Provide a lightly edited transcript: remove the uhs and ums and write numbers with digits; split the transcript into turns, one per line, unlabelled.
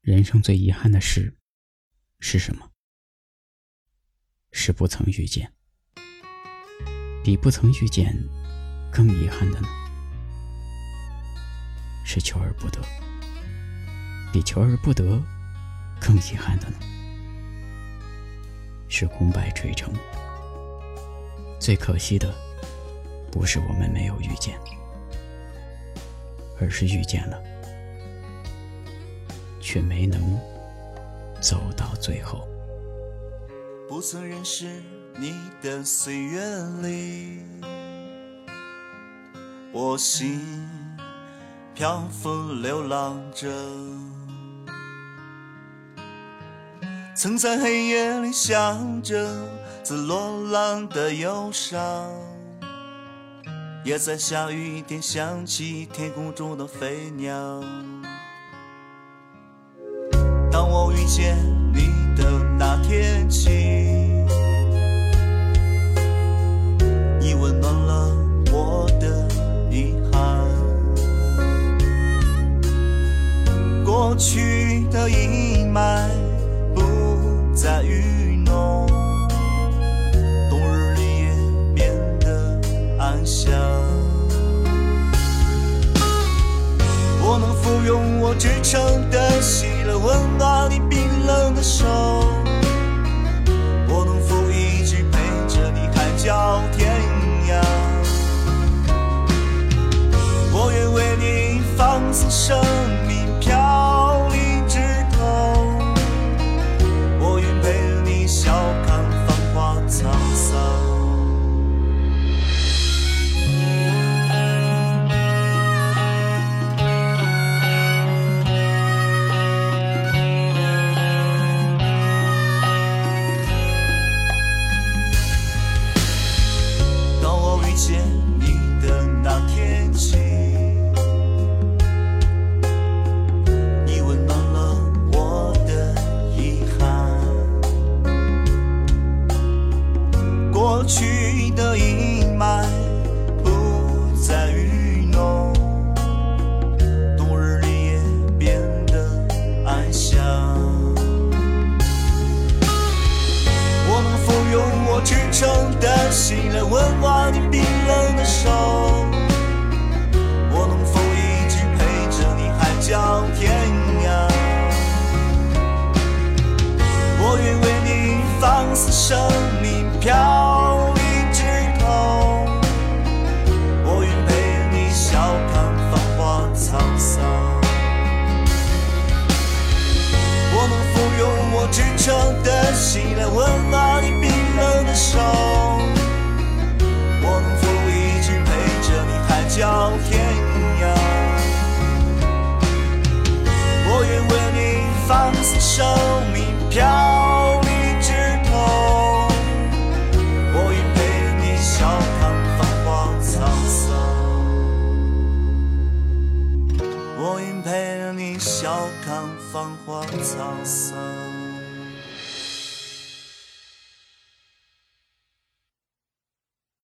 人生最遗憾的事是什么？是不曾遇见。比不曾遇见更遗憾的呢？是求而不得。比求而不得更遗憾的呢？是功败垂成。最可惜的不是我们没有遇见，而是遇见了，却没能走到最后。
不曾认识你的岁月里，我心漂浮流浪着，曾在黑夜里想着自落浪的忧伤，也在下雨天想起天空中的飞鸟。当我遇见你的那天起，你温暖了我的遗憾，过去的阴霾不再愚弄，冬日里也变得安详。我能否用我支撑的喜乐温暖你冰冷的手？我能否一直陪着你海角天涯？我愿为你放肆生命飘离枝头，我愿陪着你笑看繁华沧桑。遇见你的那天起，你温暖了我的遗憾，过去的阴霾不再愚弄，冬日里也变得安详。我能否用我支撑的心来温暖你冰冷的手？我能否一直陪着你海角天涯？我愿为你放肆生命飘离枝头，我愿陪你笑看繁华沧桑。我能否用我支撑的心来温暖你冰冷的手？我能否一直陪着你海角天涯？我愿为你放肆生命飘离枝头，我愿陪你笑看繁华沧桑，我愿陪着你笑看繁华沧桑。